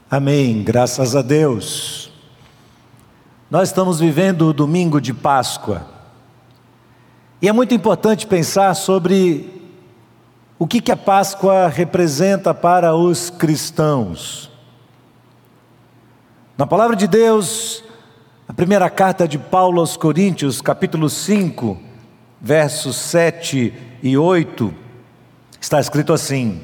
Amém, graças a Deus. Nós estamos vivendo o domingo de Páscoa. E é muito importante pensar sobre o que a Páscoa representa para os cristãos. Na palavra de Deus, a primeira carta de Paulo aos Coríntios, capítulo 5, versos 7 e 8, está escrito assim: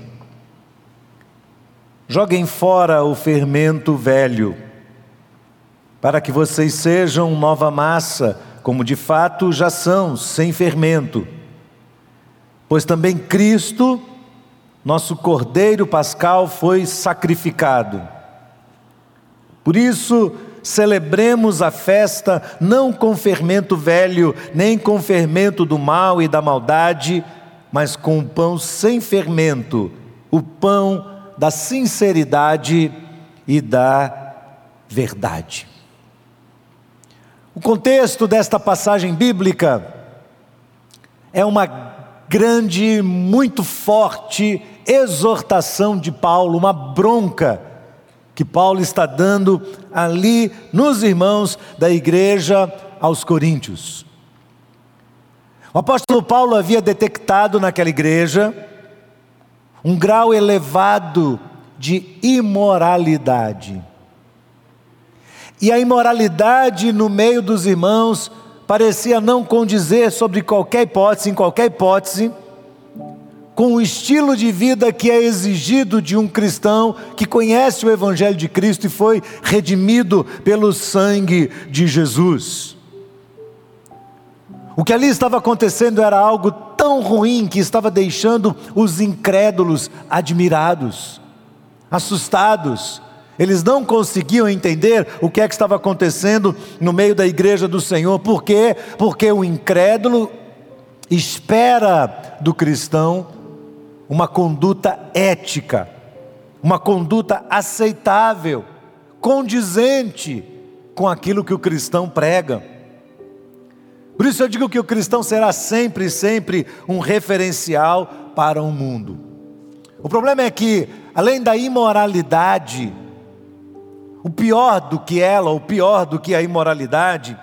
joguem fora o fermento velho, para que vocês sejam nova massa, como de fato já são, sem fermento. Pois também Cristo, nosso Cordeiro Pascal, foi sacrificado. Por isso, celebremos a festa não com fermento velho, nem com fermento do mal e da maldade, mas com o pão sem fermento, o pão da sinceridade e da verdade. O contexto desta passagem bíblica é uma grande, muito forte exortação de Paulo, uma bronca que Paulo está dando ali nos irmãos da igreja aos Coríntios. O apóstolo Paulo havia detectado naquela igreja um grau elevado de imoralidade. E a imoralidade no meio dos irmãos parecia não condizer em qualquer hipótese, com o estilo de vida que é exigido de um cristão que conhece o Evangelho de Cristo e foi redimido pelo sangue de Jesus. O que ali estava acontecendo era algo tão ruim que estava deixando os incrédulos admirados, assustados. Eles não conseguiam entender o que estava acontecendo no meio da igreja do Senhor. Por quê? Porque o incrédulo espera do cristão uma conduta ética, uma conduta aceitável, condizente com aquilo que o cristão prega. Por isso eu digo que o cristão será sempre um referencial para o mundo. O problema é que, além da imoralidade, o pior do que a imoralidade,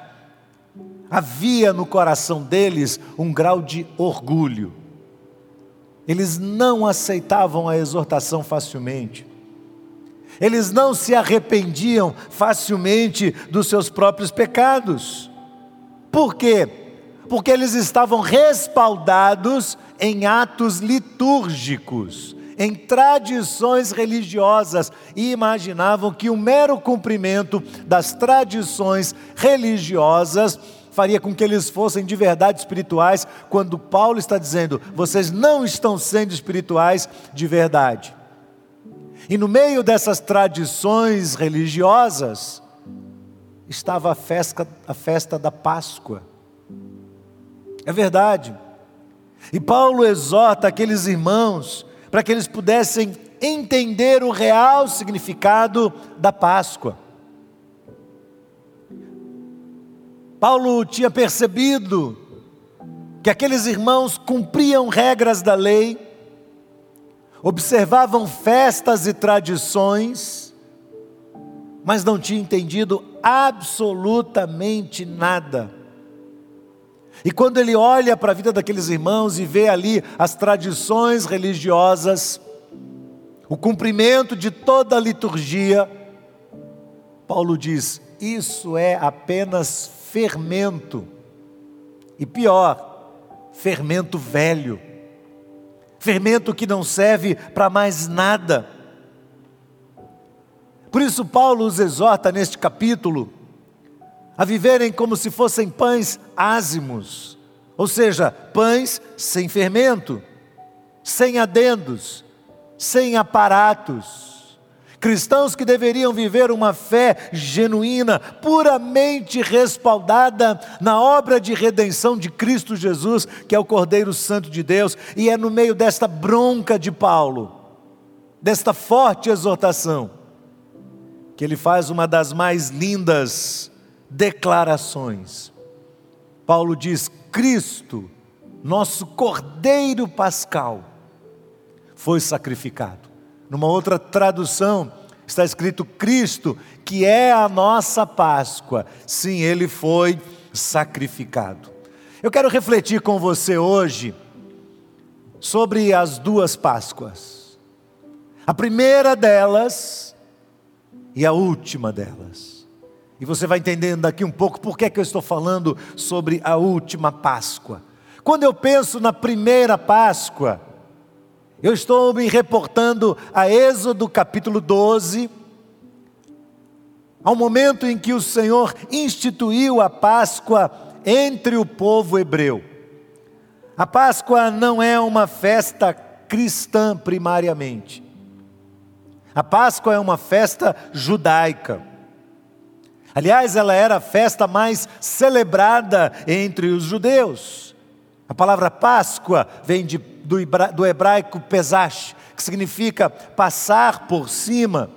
havia no coração deles um grau de orgulho. Eles não aceitavam a exortação facilmente. Eles não se arrependiam facilmente dos seus próprios pecados. Por quê? Porque eles estavam respaldados em atos litúrgicos, em tradições religiosas, e imaginavam que o mero cumprimento das tradições religiosas faria com que eles fossem de verdade espirituais, quando Paulo está dizendo: vocês não estão sendo espirituais de verdade. E no meio dessas tradições religiosas estava a festa da Páscoa. É verdade. E Paulo exorta aqueles irmãos para que eles pudessem entender o real significado da Páscoa. Paulo tinha percebido que aqueles irmãos cumpriam regras da lei, observavam festas e tradições, mas não tinha entendido absolutamente nada. E quando ele olha para a vida daqueles irmãos e vê ali as tradições religiosas, o cumprimento de toda a liturgia, Paulo diz: isso é apenas fermento. E pior, fermento velho. Fermento que não serve para mais nada. Por isso Paulo os exorta neste capítulo a viverem como se fossem pães ázimos, ou seja, pães sem fermento, sem adendos, sem aparatos. Cristãos que deveriam viver uma fé genuína, puramente respaldada na obra de redenção de Cristo Jesus, que é o Cordeiro Santo de Deus. E é no meio desta bronca de Paulo, desta forte exortação, que ele faz uma das mais lindas declarações. Paulo diz: Cristo, nosso Cordeiro Pascal, foi sacrificado. Numa outra tradução, está escrito Cristo, que é a nossa Páscoa. Sim, Ele foi sacrificado. Eu quero refletir com você hoje sobre as duas Páscoas. A primeira delas e a última delas. E você vai entendendo daqui um pouco por que eu estou falando sobre a última Páscoa. Quando eu penso na primeira Páscoa, eu estou me reportando a Êxodo capítulo 12, ao momento em que o Senhor instituiu a Páscoa entre o povo hebreu. A Páscoa não é uma festa cristã primariamente. A Páscoa é uma festa judaica. Aliás, ela era a festa mais celebrada entre os judeus. A palavra Páscoa vem do hebraico Pesach, que significa passar por cima.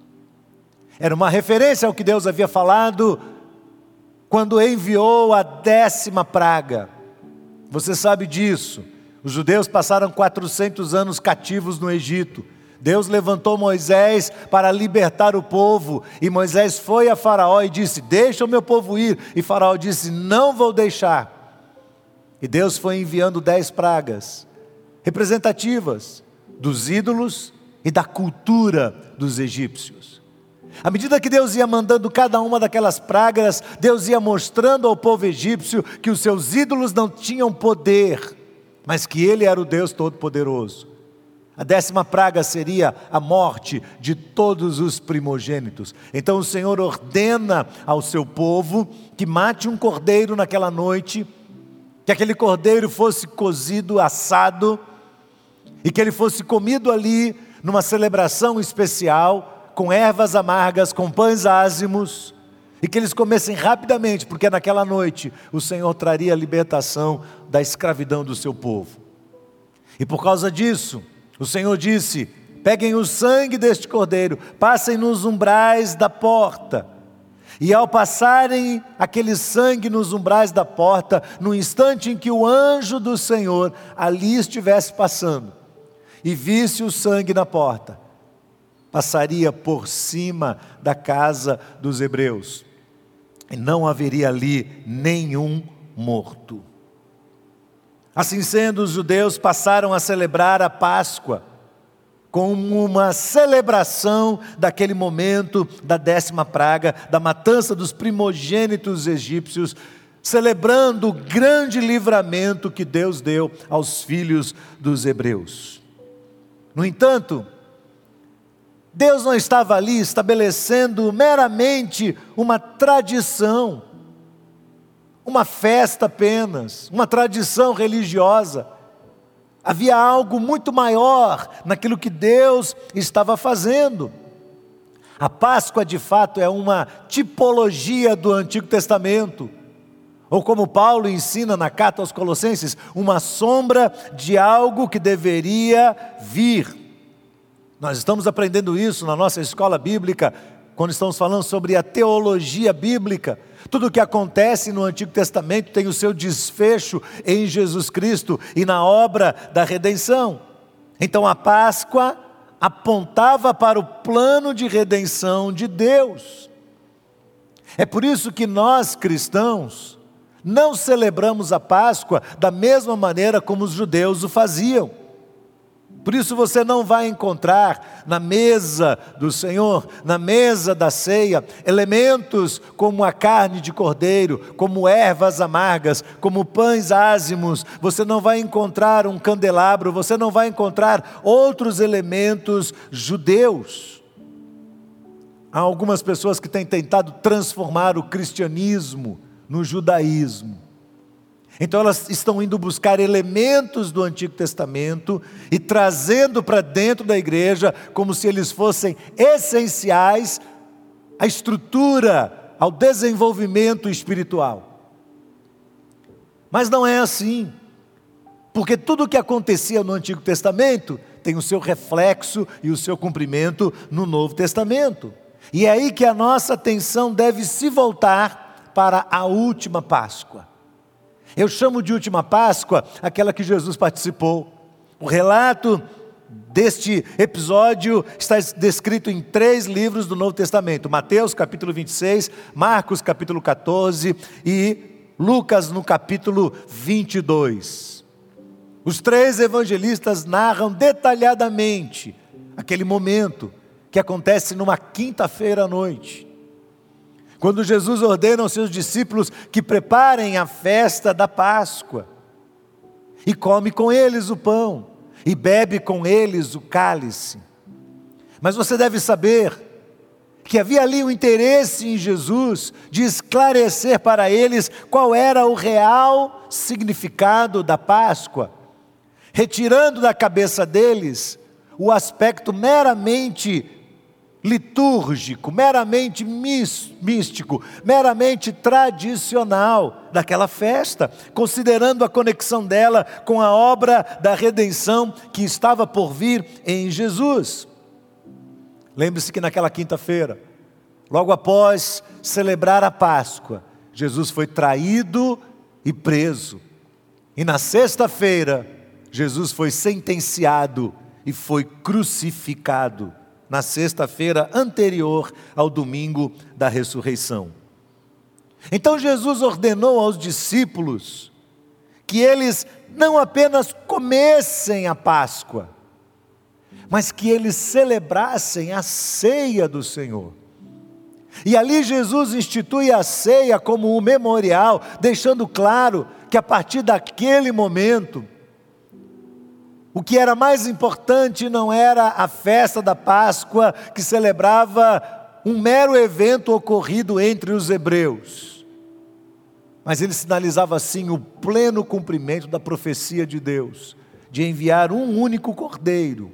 Era uma referência ao que Deus havia falado quando enviou a 10ª praga. Você sabe disso. Os judeus passaram 400 anos cativos no Egito. Deus levantou Moisés para libertar o povo, e Moisés foi a Faraó e disse: deixa o meu povo ir, e Faraó disse: não vou deixar. E Deus foi enviando 10 pragas, representativas dos ídolos e da cultura dos egípcios. À medida que Deus ia mandando cada uma daquelas pragas, Deus ia mostrando ao povo egípcio que os seus ídolos não tinham poder, mas que Ele era o Deus Todo-Poderoso. A 10ª praga seria a morte de todos os primogênitos. Então o Senhor ordena ao seu povo que mate um cordeiro naquela noite, que aquele cordeiro fosse cozido, assado, e que ele fosse comido ali numa celebração especial, com ervas amargas, com pães ázimos, e que eles comessem rapidamente, porque naquela noite o Senhor traria a libertação da escravidão do seu povo. E por causa disso, o Senhor disse: peguem o sangue deste cordeiro, passem nos umbrais da porta. E ao passarem aquele sangue nos umbrais da porta, no instante em que o anjo do Senhor ali estivesse passando, e visse o sangue na porta, passaria por cima da casa dos hebreus, e não haveria ali nenhum morto. Assim sendo, os judeus passaram a celebrar a Páscoa como uma celebração daquele momento da 10ª praga, da matança dos primogênitos egípcios, celebrando o grande livramento que Deus deu aos filhos dos hebreus. No entanto, Deus não estava ali estabelecendo meramente uma tradição, uma festa apenas, uma tradição religiosa. Havia algo muito maior naquilo que Deus estava fazendo. A Páscoa, de fato, é uma tipologia do Antigo Testamento, ou como Paulo ensina na carta aos Colossenses, uma sombra de algo que deveria vir. Nós estamos aprendendo isso na nossa escola bíblica, quando estamos falando sobre a teologia bíblica. Tudo o que acontece no Antigo Testamento tem o seu desfecho em Jesus Cristo e na obra da redenção. Então a Páscoa apontava para o plano de redenção de Deus. É por isso que nós cristãos não celebramos a Páscoa da mesma maneira como os judeus o faziam. Por isso você não vai encontrar na mesa do Senhor, na mesa da ceia, elementos como a carne de cordeiro, como ervas amargas, como pães ázimos. Você não vai encontrar um candelabro, você não vai encontrar outros elementos judeus. Há algumas pessoas que têm tentado transformar o cristianismo no judaísmo. Então elas estão indo buscar elementos do Antigo Testamento e trazendo para dentro da igreja como se eles fossem essenciais à estrutura, ao desenvolvimento espiritual. Mas não é assim, porque tudo o que acontecia no Antigo Testamento tem o seu reflexo e o seu cumprimento no Novo Testamento. E é aí que a nossa atenção deve se voltar para a última Páscoa. Eu chamo de última Páscoa aquela que Jesus participou. O relato deste episódio está descrito em 3 livros do Novo Testamento: Mateus capítulo 26, Marcos capítulo 14 e Lucas no capítulo 22. Os 3 evangelistas narram detalhadamente aquele momento que acontece numa quinta-feira à noite, quando Jesus ordena aos seus discípulos que preparem a festa da Páscoa, e come com eles o pão, e bebe com eles o cálice. Mas você deve saber que havia ali o interesse em Jesus de esclarecer para eles qual era o real significado da Páscoa, retirando da cabeça deles o aspecto meramente litúrgico, meramente místico, meramente tradicional daquela festa, considerando a conexão dela com a obra da redenção que estava por vir em Jesus. Lembre-se que naquela quinta-feira, logo após celebrar a Páscoa, Jesus foi traído e preso. E na sexta-feira, Jesus foi sentenciado e foi crucificado, na sexta-feira anterior ao domingo da ressurreição. Então Jesus ordenou aos discípulos que eles não apenas comessem a Páscoa, mas que eles celebrassem a ceia do Senhor. E ali Jesus institui a ceia como um memorial, deixando claro que a partir daquele momento, o que era mais importante não era a festa da Páscoa, que celebrava um mero evento ocorrido entre os hebreus, mas ele sinalizava assim o pleno cumprimento da profecia de Deus, de enviar um único cordeiro,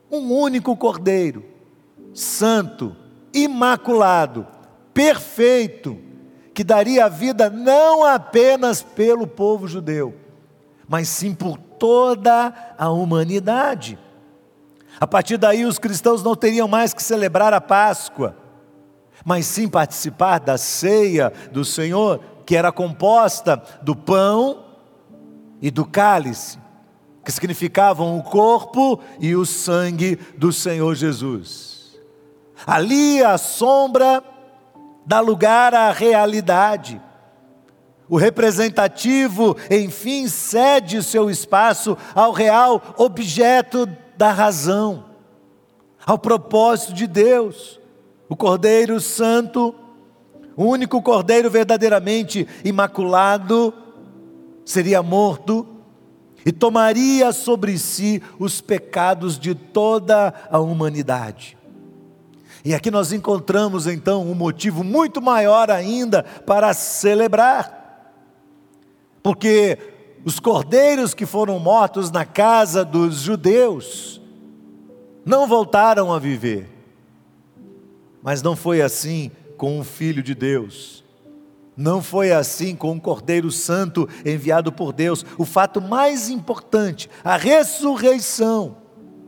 santo, imaculado, perfeito, que daria a vida não apenas pelo povo judeu, mas sim por toda a humanidade. A partir daí os cristãos não teriam mais que celebrar a Páscoa, mas sim participar da ceia do Senhor, que era composta do pão e do cálice, que significavam o corpo e o sangue do Senhor Jesus. Ali a sombra dá lugar à realidade. O representativo, enfim, cede seu espaço ao real objeto da razão, ao propósito de Deus. O Cordeiro Santo, o único Cordeiro verdadeiramente imaculado, seria morto e tomaria sobre si os pecados de toda a humanidade. E aqui nós encontramos então um motivo muito maior ainda para celebrar. Porque os cordeiros que foram mortos na casa dos judeus não voltaram a viver. Mas não foi assim com o Filho de Deus. Não foi assim com o Cordeiro Santo enviado por Deus. O fato mais importante, a ressurreição,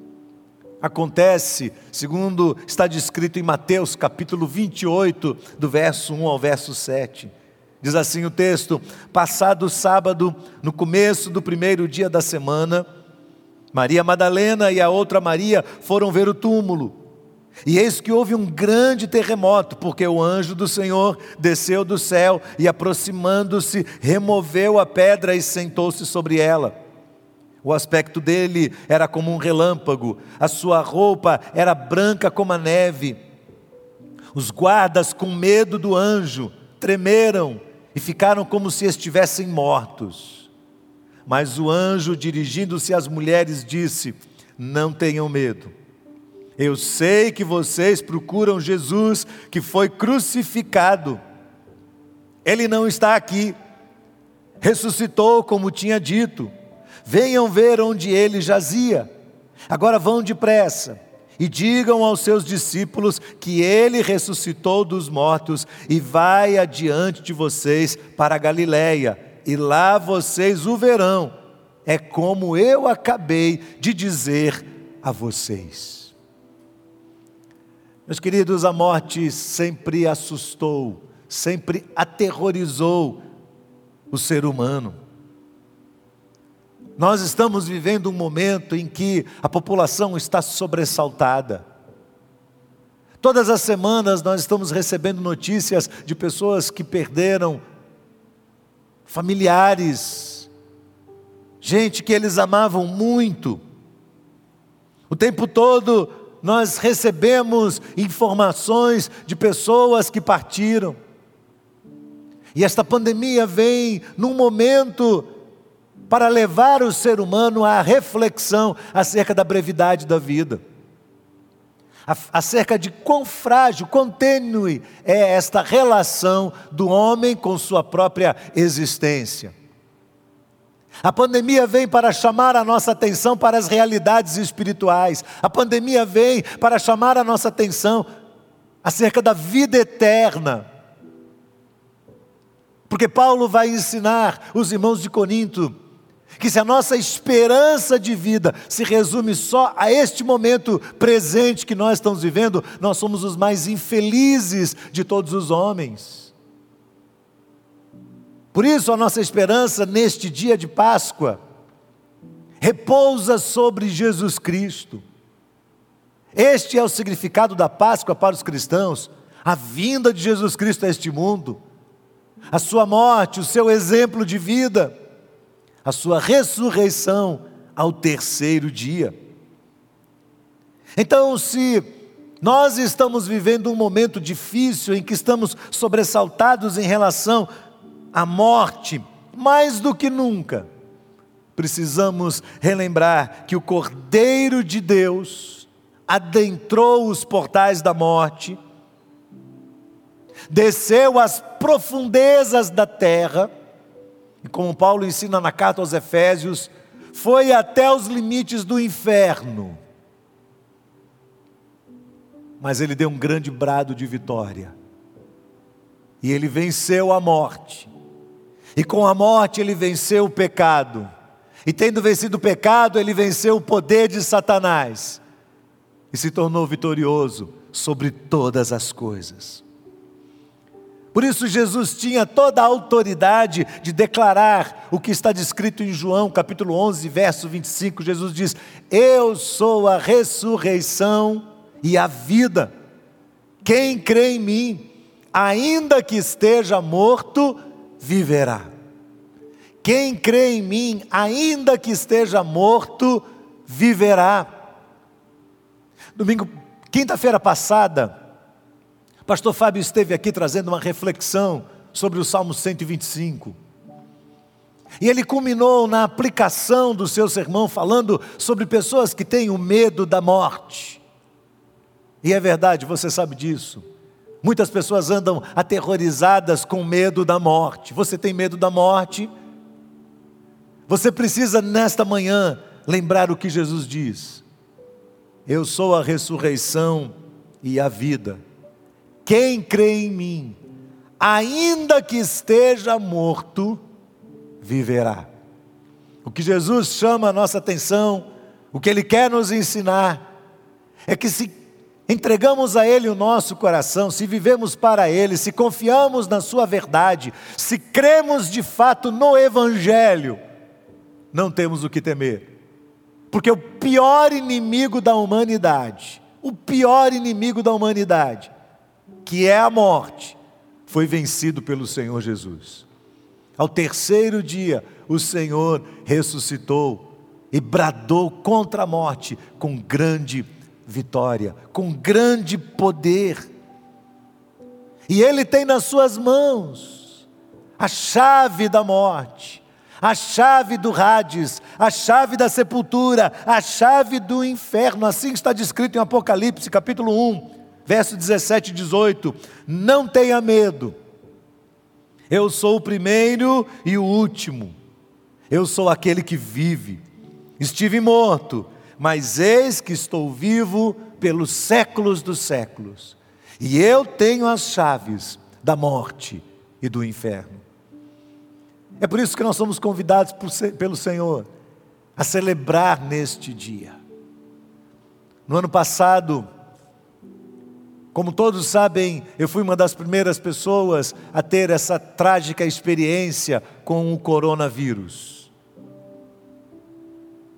acontece, segundo está descrito em Mateus capítulo 28, do verso 1 ao verso 7. Diz assim o texto: passado o sábado, no começo do primeiro dia da semana, Maria Madalena e a outra Maria foram ver o túmulo. E eis que houve um grande terremoto, porque o anjo do Senhor desceu do céu e, aproximando-se, removeu a pedra e sentou-se sobre ela. O aspecto dele era como um relâmpago, a sua roupa era branca como a neve. Os guardas, com medo do anjo, tremeram e ficaram como se estivessem mortos. Mas o anjo, dirigindo-se às mulheres, disse: não tenham medo. Eu sei que vocês procuram Jesus, que foi crucificado. Ele não está aqui. Ressuscitou, como tinha dito. Venham ver onde ele jazia. Agora vão depressa e digam aos seus discípulos que ele ressuscitou dos mortos e vai adiante de vocês para a Galileia, e lá vocês o verão. É como eu acabei de dizer a vocês. Meus queridos, a morte sempre assustou, sempre aterrorizou o ser humano. nós estamos vivendo um momento em que a população está sobressaltada. Todas as semanas nós estamos recebendo notícias de pessoas que perderam familiares, gente que eles amavam muito. O tempo todo nós recebemos informações de pessoas que partiram. E esta pandemia vem num momento para levar o ser humano à reflexão acerca da brevidade da vida. Acerca de quão frágil, quão tênue é esta relação do homem com sua própria existência. A pandemia vem para chamar a nossa atenção para as realidades espirituais. A pandemia vem para chamar a nossa atenção acerca da vida eterna. Porque Paulo vai ensinar os irmãos de Corinto que se a nossa esperança de vida se resume só a este momento presente que nós estamos vivendo, nós somos os mais infelizes de todos os homens. Por isso a nossa esperança neste dia de Páscoa repousa sobre Jesus Cristo. Este é o significado da Páscoa para os cristãos, a vinda de Jesus Cristo a este mundo, a sua morte, o seu exemplo de vida, a sua ressurreição ao terceiro dia. Então, se nós estamos vivendo um momento difícil em que estamos sobressaltados em relação à morte, mais do que nunca, precisamos relembrar que o Cordeiro de Deus adentrou os portais da morte, desceu às profundezas da terra, e como Paulo ensina na carta aos Efésios, foi até os limites do inferno. Mas ele deu um grande brado de vitória. E ele venceu a morte. E com a morte ele venceu o pecado. E tendo vencido o pecado, ele venceu o poder de Satanás. E se tornou vitorioso sobre todas as coisas. Por isso Jesus tinha toda a autoridade de declarar o que está descrito em João capítulo 11, verso 25. Jesus diz: eu sou a ressurreição e a vida. Quem crê em mim, ainda que esteja morto, viverá. Quem crê em mim, ainda que esteja morto, viverá. Quinta-feira passada, pastor Fábio esteve aqui trazendo uma reflexão sobre o Salmo 125. E ele culminou na aplicação do seu sermão falando sobre pessoas que têm o medo da morte. E é verdade, você sabe disso. Muitas pessoas andam aterrorizadas com medo da morte. Você tem medo da morte? Você precisa nesta manhã lembrar o que Jesus diz. Eu sou a ressurreição e a vida. Quem crê em mim, ainda que esteja morto, viverá. O que Jesus chama a nossa atenção, o que Ele quer nos ensinar, é que se entregamos a Ele o nosso coração, se vivemos para Ele, se confiamos na Sua verdade, se cremos de fato no Evangelho, não temos o que temer. Porque o pior inimigo da humanidade, que é a morte, foi vencido pelo Senhor Jesus. Ao terceiro dia, o Senhor ressuscitou e bradou contra a morte com grande vitória, com grande poder. E Ele tem nas suas mãos a chave da morte, a chave do Hades, a chave da sepultura, a chave do inferno. Assim está descrito em Apocalipse capítulo 1, verso 17 e 18, não tenha medo, eu sou o primeiro e o último, eu sou aquele que vive, estive morto, mas eis que estou vivo pelos séculos dos séculos, e eu tenho as chaves da morte e do inferno. É por isso que nós somos convidados pelo Senhor a celebrar neste dia. No ano passado, como todos sabem, eu fui uma das primeiras pessoas a ter essa trágica experiência com o coronavírus.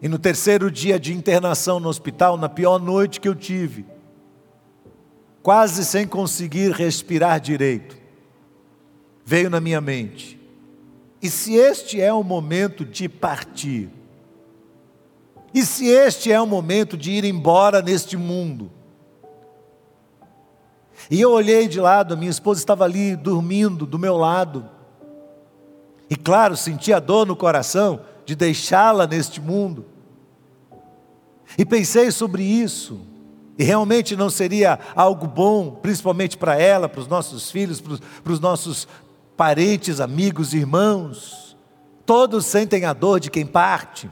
E no terceiro dia de internação no hospital, na pior noite que eu tive, quase sem conseguir respirar direito, veio na minha mente: e se este é o momento de partir? E se este é o momento de ir embora neste mundo? E eu olhei de lado, a minha esposa estava ali dormindo do meu lado. E claro, senti a dor no coração de deixá-la neste mundo. E pensei sobre isso. E realmente não seria algo bom, principalmente para ela, para os nossos filhos, para os nossos parentes, amigos, irmãos. Todos sentem a dor de quem parte.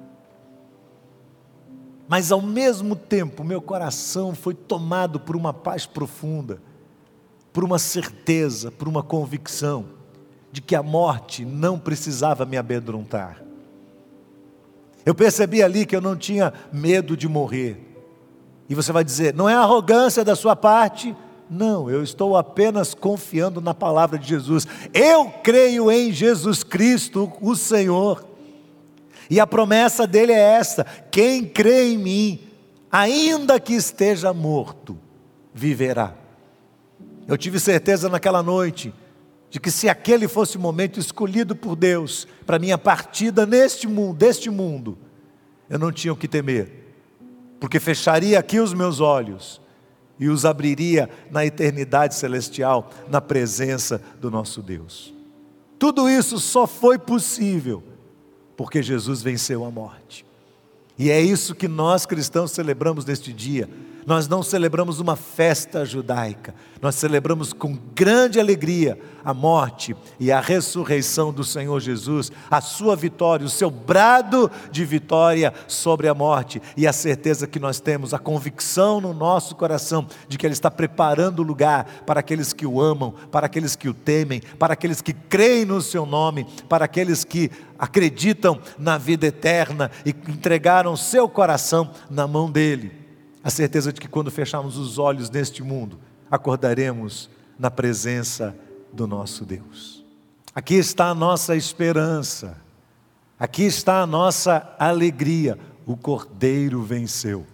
Mas ao mesmo tempo, meu coração foi tomado por uma paz profunda, por uma certeza, por uma convicção de que a morte não precisava me amedrontar. Eu percebi ali que eu não tinha medo de morrer. E você vai dizer: não é arrogância da sua parte? Não, eu estou apenas confiando na palavra de Jesus. Eu creio em Jesus Cristo, o Senhor. E a promessa dele é essa: quem crê em mim, ainda que esteja morto, viverá. Eu tive certeza naquela noite de que se aquele fosse o momento escolhido por Deus para minha partida deste mundo, eu não tinha o que temer, porque fecharia aqui os meus olhos e os abriria na eternidade celestial, na presença do nosso Deus. Tudo isso só foi possível porque Jesus venceu a morte. E é isso que nós cristãos celebramos neste dia. Nós não celebramos uma festa judaica, nós celebramos com grande alegria a morte e a ressurreição do Senhor Jesus, a sua vitória, o seu brado de vitória sobre a morte, e a certeza que nós temos, a convicção no nosso coração de que Ele está preparando o lugar para aqueles que o amam, para aqueles que o temem, para aqueles que creem no seu nome, para aqueles que acreditam na vida eterna e entregaram seu coração na mão dEle. A certeza de que quando fecharmos os olhos neste mundo, acordaremos na presença do nosso Deus. Aqui está a nossa esperança, aqui está a nossa alegria. O Cordeiro venceu.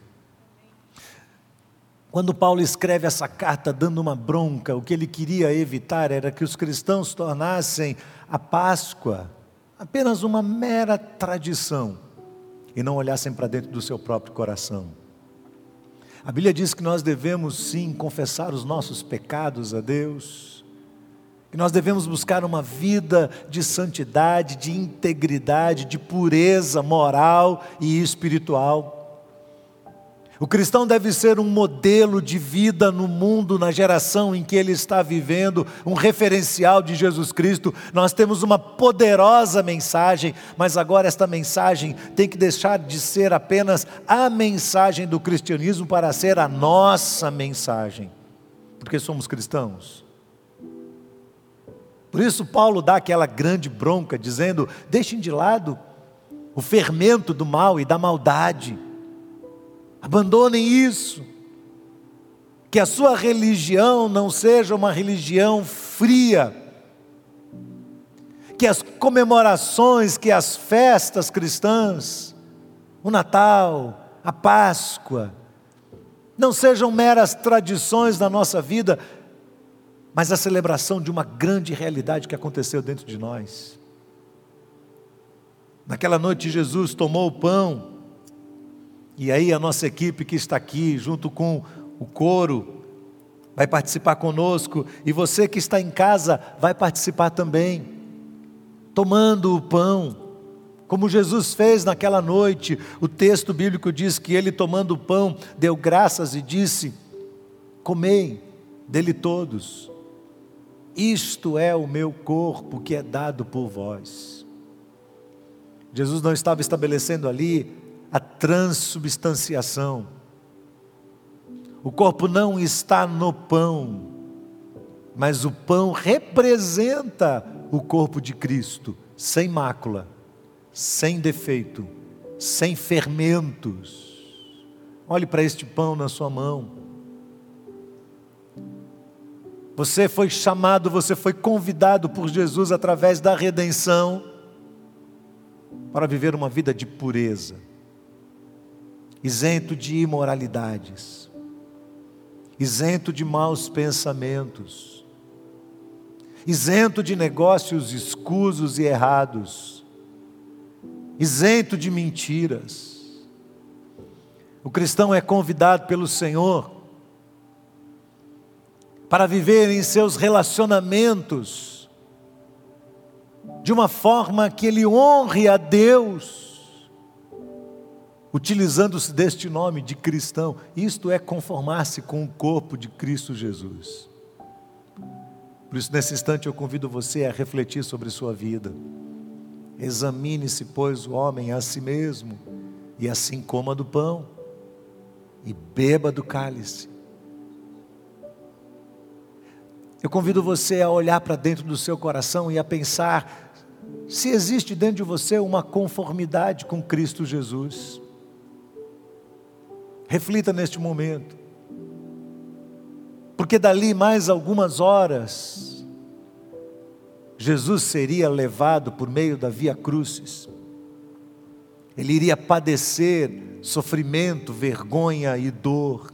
Quando Paulo escreve essa carta dando uma bronca, o que ele queria evitar era que os cristãos tornassem a Páscoa apenas uma mera tradição e não olhassem para dentro do seu próprio coração. A Bíblia diz que nós devemos sim confessar os nossos pecados a Deus, que nós devemos buscar uma vida de santidade, de integridade, de pureza moral e espiritual. O cristão deve ser um modelo de vida no mundo, na geração em que ele está vivendo, um referencial de Jesus Cristo. Nós temos uma poderosa mensagem, mas agora esta mensagem tem que deixar de ser apenas a mensagem do cristianismo para ser a nossa mensagem, porque somos cristãos. Por isso Paulo dá aquela grande bronca, dizendo: deixem de lado o fermento do mal e da maldade. Abandonem isso, que a sua religião não seja uma religião fria, que as comemorações, que as festas cristãs, o Natal, a Páscoa, não sejam meras tradições da nossa vida, mas a celebração de uma grande realidade que aconteceu dentro de nós. Naquela noite Jesus tomou o pão, e aí a nossa equipe que está aqui, junto com o coro, vai participar conosco, e você que está em casa vai participar também, tomando o pão, como Jesus fez naquela noite. O texto bíblico diz que ele, tomando o pão, deu graças e disse: comei dele todos, isto é o meu corpo que é dado por vós. Jesus não estava estabelecendo ali a transubstanciação. O corpo não está no pão, mas o pão representa o corpo de Cristo, sem mácula, sem defeito, sem fermentos. Olhe para este pão na sua mão. Você foi chamado, você foi convidado por Jesus através da redenção para viver uma vida de pureza. isento de imoralidades, isento de maus pensamentos, isento de negócios escusos e errados, isento de mentiras. O cristão é convidado pelo Senhor para viver em seus relacionamentos de uma forma que ele honre a Deus, utilizando-se deste nome de cristão. Isto é conformar-se com o corpo de Cristo Jesus. Por isso, nesse instante, eu convido você a refletir sobre sua vida. Examine-se, pois, o homem a si mesmo, e assim coma do pão e beba do cálice. Eu convido você a olhar para dentro do seu coração e a pensar se existe dentro de você uma conformidade com Cristo Jesus. Reflita neste momento, porque dali mais algumas horas, Jesus seria levado por meio da Via Crucis. Ele iria padecer sofrimento, vergonha e dor.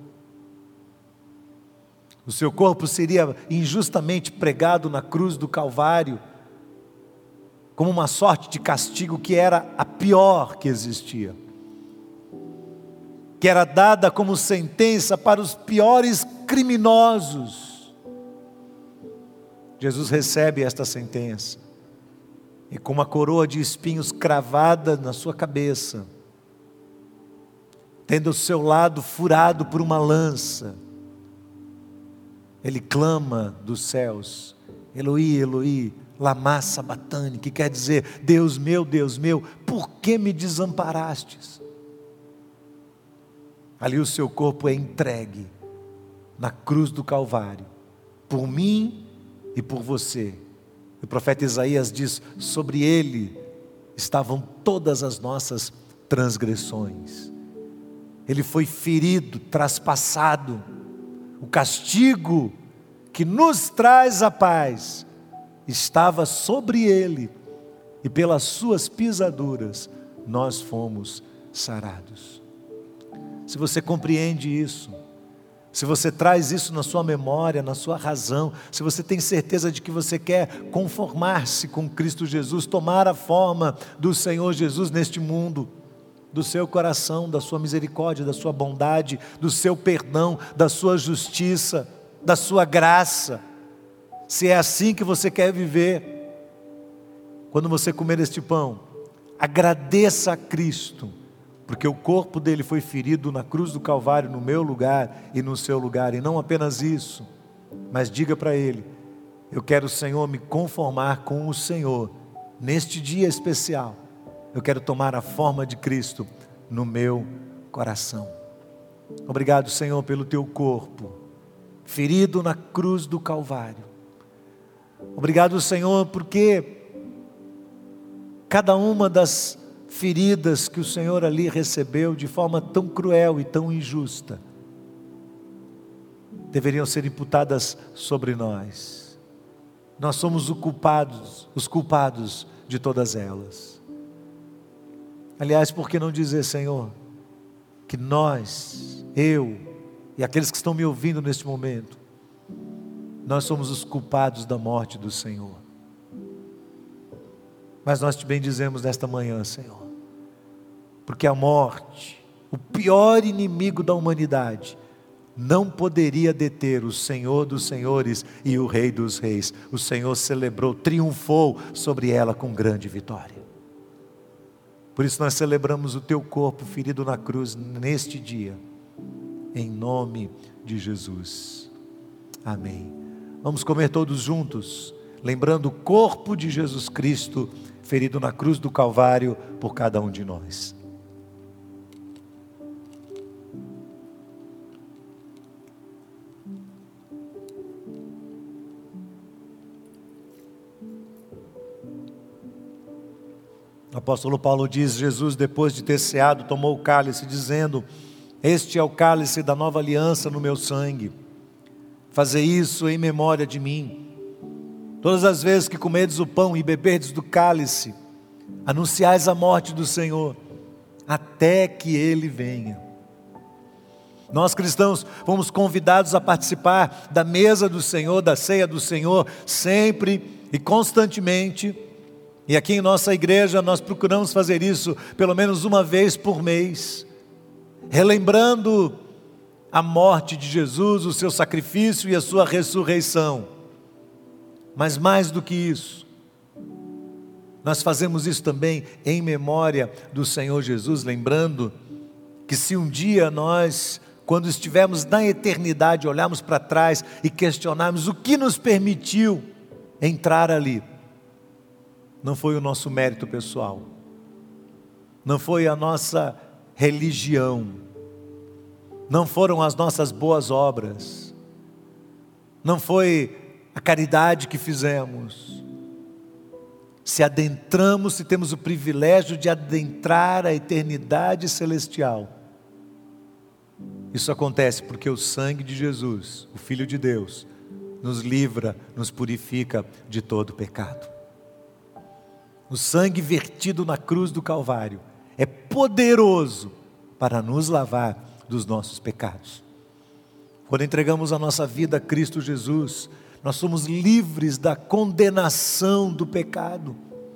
O seu corpo seria injustamente pregado na cruz do Calvário, como uma sorte de castigo que era a pior que existia, que era dada como sentença para os piores criminosos. Jesus recebe esta sentença, e com uma coroa de espinhos cravada na sua cabeça, tendo o seu lado furado por uma lança, ele clama dos céus: Eloi, Eloi, lama sabachthani, que quer dizer: Deus meu, por que me desamparastes? Ali o seu corpo é entregue na cruz do Calvário, por mim e por você. O profeta Isaías diz: sobre ele estavam todas as nossas transgressões. Ele foi ferido, traspassado. O castigo que nos traz a paz estava sobre ele, e pelas suas pisaduras nós fomos sarados. Se você compreende isso, se você traz isso na sua memória, na sua razão, se você tem certeza de que você quer conformar-se com Cristo Jesus, tomar a forma do Senhor Jesus neste mundo, do seu coração, da sua misericórdia, da sua bondade, do seu perdão, da sua justiça, da sua graça, se é assim que você quer viver, quando você comer este pão, agradeça a Cristo, porque o corpo dele foi ferido na cruz do Calvário, no meu lugar e no seu lugar. E não apenas isso, mas diga para ele: eu quero, Senhor, me conformar com o Senhor neste dia especial. Eu quero tomar a forma de Cristo no meu coração. Obrigado, Senhor, pelo teu corpo ferido na cruz do Calvário. Obrigado, Senhor, porque cada uma das feridas que o Senhor ali recebeu de forma tão cruel e tão injusta, deveriam ser imputadas sobre nós. Nós somos os culpados de todas elas. Aliás, por que não dizer, Senhor, que nós, eu e aqueles que estão me ouvindo neste momento, nós somos os culpados da morte do Senhor. Mas nós te bendizemos nesta manhã, Senhor, porque a morte, o pior inimigo da humanidade, não poderia deter o Senhor dos senhores e o Rei dos reis. O Senhor celebrou, triunfou sobre ela com grande vitória. Por isso nós celebramos o teu corpo ferido na cruz neste dia, em nome de Jesus. Amém. Vamos comer todos juntos, lembrando o corpo de Jesus Cristo ferido na cruz do Calvário por cada um de nós. O apóstolo Paulo diz: Jesus, depois de ter ceado, tomou o cálice, dizendo: este é o cálice da nova aliança no meu sangue. Fazei isso em memória de mim. Todas as vezes que comerdes o pão e beberdes do cálice, anunciais a morte do Senhor, até que Ele venha. Nós cristãos fomos convidados a participar da mesa do Senhor, da ceia do Senhor, sempre e constantemente. E aqui em nossa igreja nós procuramos fazer isso pelo menos uma vez por mês, relembrando a morte de Jesus, o seu sacrifício e a sua ressurreição. Mas mais do que isso, nós fazemos isso também em memória do Senhor Jesus, lembrando que se um dia nós, quando estivermos na eternidade, olharmos para trás e questionarmos o que nos permitiu entrar ali, não foi o nosso mérito pessoal, não foi a nossa religião, não foram as nossas boas obras, não foi a caridade que fizemos. Se adentramos, se temos o privilégio de adentrar a eternidade celestial, isso acontece porque o sangue de Jesus, o Filho de Deus, nos livra, nos purifica de todo pecado. O sangue vertido na cruz do Calvário é poderoso para nos lavar dos nossos pecados. Quando entregamos a nossa vida a Cristo Jesus, nós somos livres da condenação do pecado.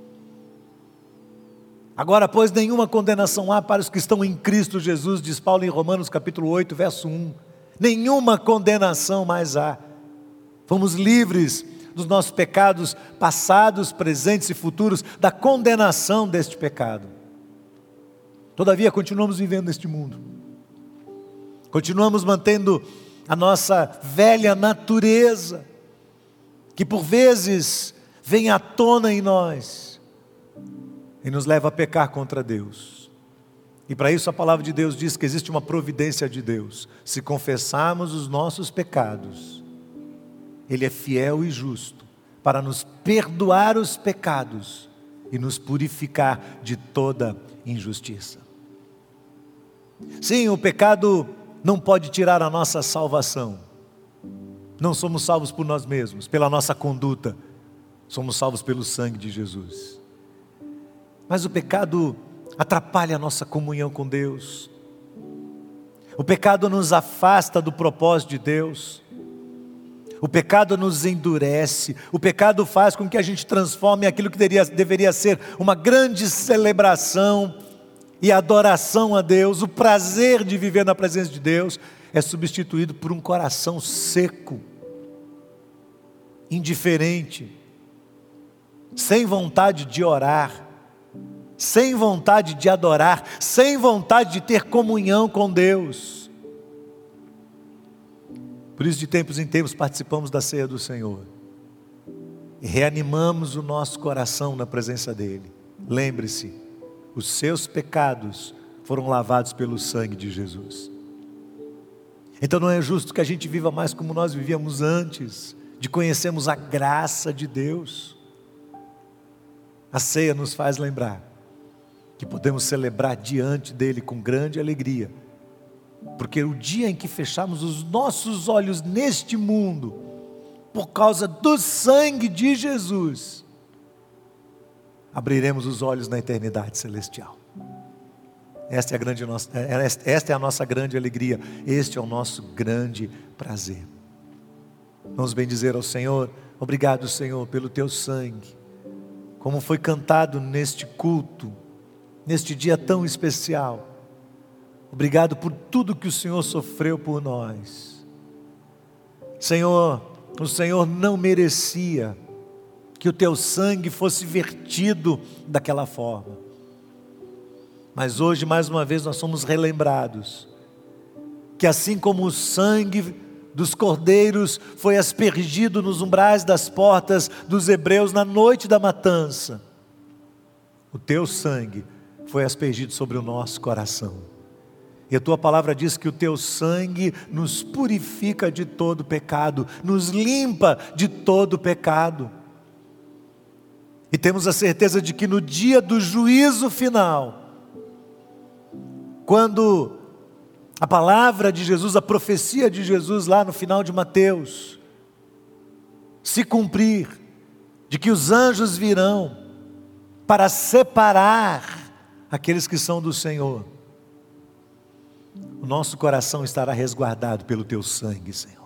Agora, pois, nenhuma condenação há para os que estão em Cristo Jesus, diz Paulo em Romanos capítulo 8, verso 1. Nenhuma condenação mais há. Fomos livres dos nossos pecados passados, presentes e futuros, da condenação deste pecado. Todavia, continuamos vivendo neste mundo. Continuamos mantendo a nossa velha natureza, que por vezes vem à tona em nós e nos leva a pecar contra Deus. E para isso a palavra de Deus diz que existe uma providência de Deus. Se confessarmos os nossos pecados, Ele é fiel e justo para nos perdoar os pecados e nos purificar de toda injustiça. Sim, o pecado não pode tirar a nossa salvação. Não somos salvos por nós mesmos, pela nossa conduta. Somos salvos pelo sangue de Jesus. Mas o pecado atrapalha a nossa comunhão com Deus. O pecado nos afasta do propósito de Deus. O pecado nos endurece. O pecado faz com que a gente transforme aquilo que deveria ser uma grande celebração e adoração a Deus. O prazer de viver na presença de Deus é substituído por um coração seco, indiferente, sem vontade de orar, sem vontade de adorar, sem vontade de ter comunhão com Deus. Por isso, de tempos em tempos, participamos da ceia do Senhor e reanimamos o nosso coração na presença dEle. Lembre-se, os seus pecados foram lavados pelo sangue de Jesus. Então não é justo que a gente viva mais como nós vivíamos antes, de conhecermos a graça de Deus. A ceia nos faz lembrar que podemos celebrar diante dEle com grande alegria, porque o dia em que fecharmos os nossos olhos neste mundo, por causa do sangue de Jesus, abriremos os olhos na eternidade celestial. Esta é a nossa grande alegria, este é o nosso grande prazer. Vamos bendizer ao Senhor. Obrigado, Senhor, pelo Teu sangue, como foi cantado neste culto, neste dia tão especial. Obrigado por tudo que o Senhor sofreu por nós. Senhor, o Senhor não merecia que o Teu sangue fosse vertido daquela forma. Mas hoje, mais uma vez, nós somos relembrados que assim como o sangue dos cordeiros foi aspergido nos umbrais das portas dos hebreus na noite da matança, o Teu sangue foi aspergido sobre o nosso coração. E a Tua palavra diz que o Teu sangue nos purifica de todo pecado, nos limpa de todo pecado. E temos a certeza de que no dia do juízo final, quando a palavra de Jesus, a profecia de Jesus lá no final de Mateus, se cumprir, de que os anjos virão para separar aqueles que são do Senhor, o nosso coração estará resguardado pelo teu sangue, Senhor.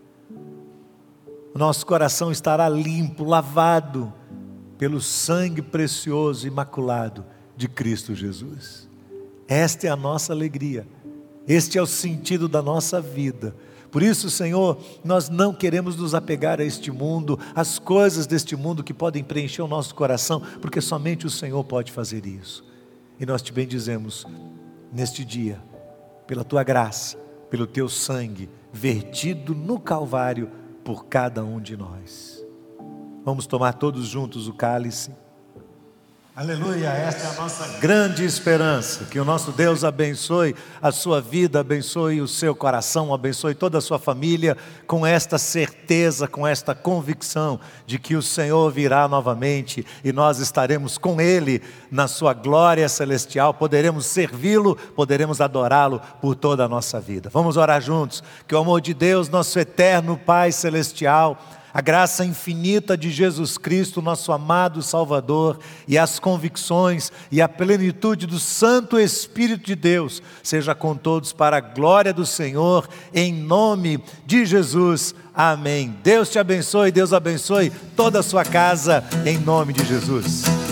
O nosso coração estará limpo, lavado pelo sangue precioso, imaculado de Cristo Jesus. Esta é a nossa alegria, este é o sentido da nossa vida. Por isso, Senhor, nós não queremos nos apegar a este mundo, às coisas deste mundo que podem preencher o nosso coração, porque somente o Senhor pode fazer isso. E nós te bendizemos neste dia, pela tua graça, pelo teu sangue vertido no Calvário por cada um de nós. Vamos tomar todos juntos o cálice. Aleluia, esta é a nossa grande esperança. Que o nosso Deus abençoe a sua vida, abençoe o seu coração, abençoe toda a sua família, com esta certeza, com esta convicção de que o Senhor virá novamente e nós estaremos com Ele na sua glória celestial, poderemos servi-lo, poderemos adorá-lo por toda a nossa vida. Vamos orar juntos, que o amor de Deus, nosso eterno Pai celestial, a graça infinita de Jesus Cristo, nosso amado Salvador, e as convicções e a plenitude do Santo Espírito de Deus, seja com todos para a glória do Senhor, em nome de Jesus. Amém. Deus te abençoe, Deus abençoe toda a sua casa, em nome de Jesus.